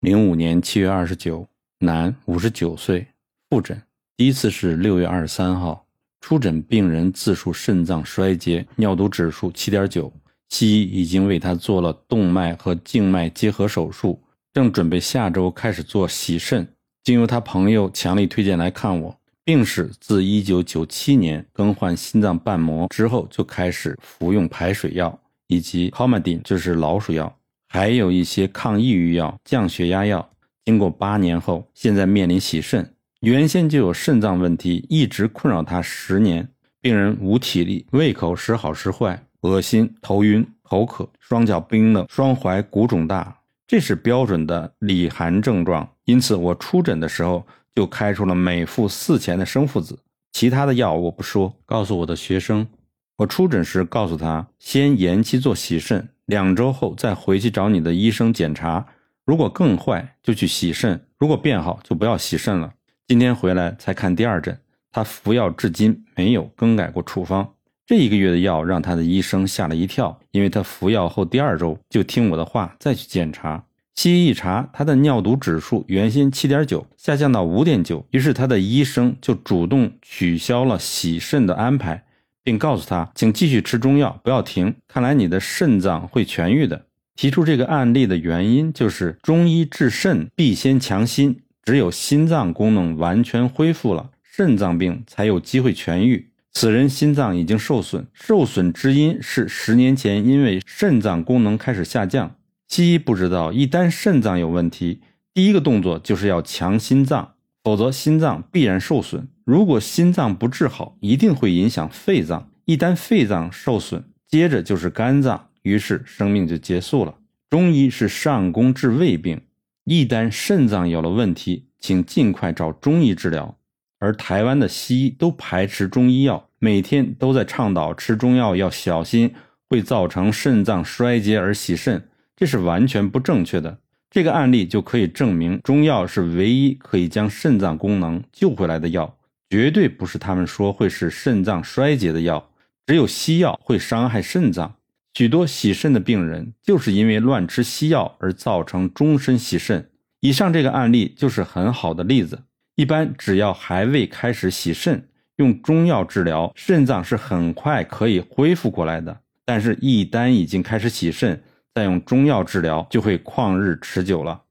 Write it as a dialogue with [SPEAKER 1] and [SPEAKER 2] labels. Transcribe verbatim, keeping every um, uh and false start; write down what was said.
[SPEAKER 1] 零五年七月二十九，男，五十九岁，复诊，第一次是六月二十三号，初诊病人自述肾脏衰竭，尿毒指数 七点九， 西医已经为他做了动脉和静脉结合手术，正准备下周开始做洗肾。经由他朋友强力推荐来看我，病史自一九九七年更换心脏瓣膜之后就开始服用排水药以及 Coumadin， 就是老鼠药，还有一些抗抑郁药、降血压药。经过八年后，现在面临洗肾。原先就有肾脏问题，一直困扰他十年。病人无体力，胃口时好时坏，恶心、头晕、口渴，双脚冰冷，双踝鼓肿大，这是标准的里寒症状。因此我出诊的时候就开出了每服四钱的生附子，其他的药我不说，告诉我的学生。我出诊时告诉他，先延期做洗肾，两周后再回去找你的医生检查，如果更坏就去洗肾，如果变好就不要洗肾了。今天回来才看第二诊，他服药至今没有更改过处方。这一个月的药让他的医生吓了一跳，因为他服药后第二周就听我的话再去检查。西医一查，他的尿毒指数原先 七点九 下降到 五点九， 于是他的医生就主动取消了洗肾的安排，并告诉他请继续吃中药，不要停，看来你的肾脏会痊愈的。提出这个案例的原因就是中医治肾必先强心，只有心脏功能完全恢复了，肾脏病才有机会痊愈。此人心脏已经受损，受损之因是十年前因为肾脏功能开始下降。西医不知道，一旦肾脏有问题，第一个动作就是要强心脏，否则心脏必然受损。如果心脏不治好，一定会影响肺脏，一旦肺脏受损，接着就是肝脏，于是生命就结束了。中医是上工治胃病，一旦肾脏有了问题，请尽快找中医治疗。而台湾的西医都排斥中医药，每天都在倡导吃中药要小心，会造成肾脏衰竭而洗肾，这是完全不正确的。这个案例就可以证明，中药是唯一可以将肾脏功能救回来的药，绝对不是他们说会使肾脏衰竭的药。只有西药会伤害肾脏，许多洗肾的病人就是因为乱吃西药而造成终身洗肾。以上这个案例就是很好的例子。一般只要还未开始洗肾，用中药治疗，肾脏是很快可以恢复过来的。但是一旦已经开始洗肾，再用中药治疗就会旷日持久了。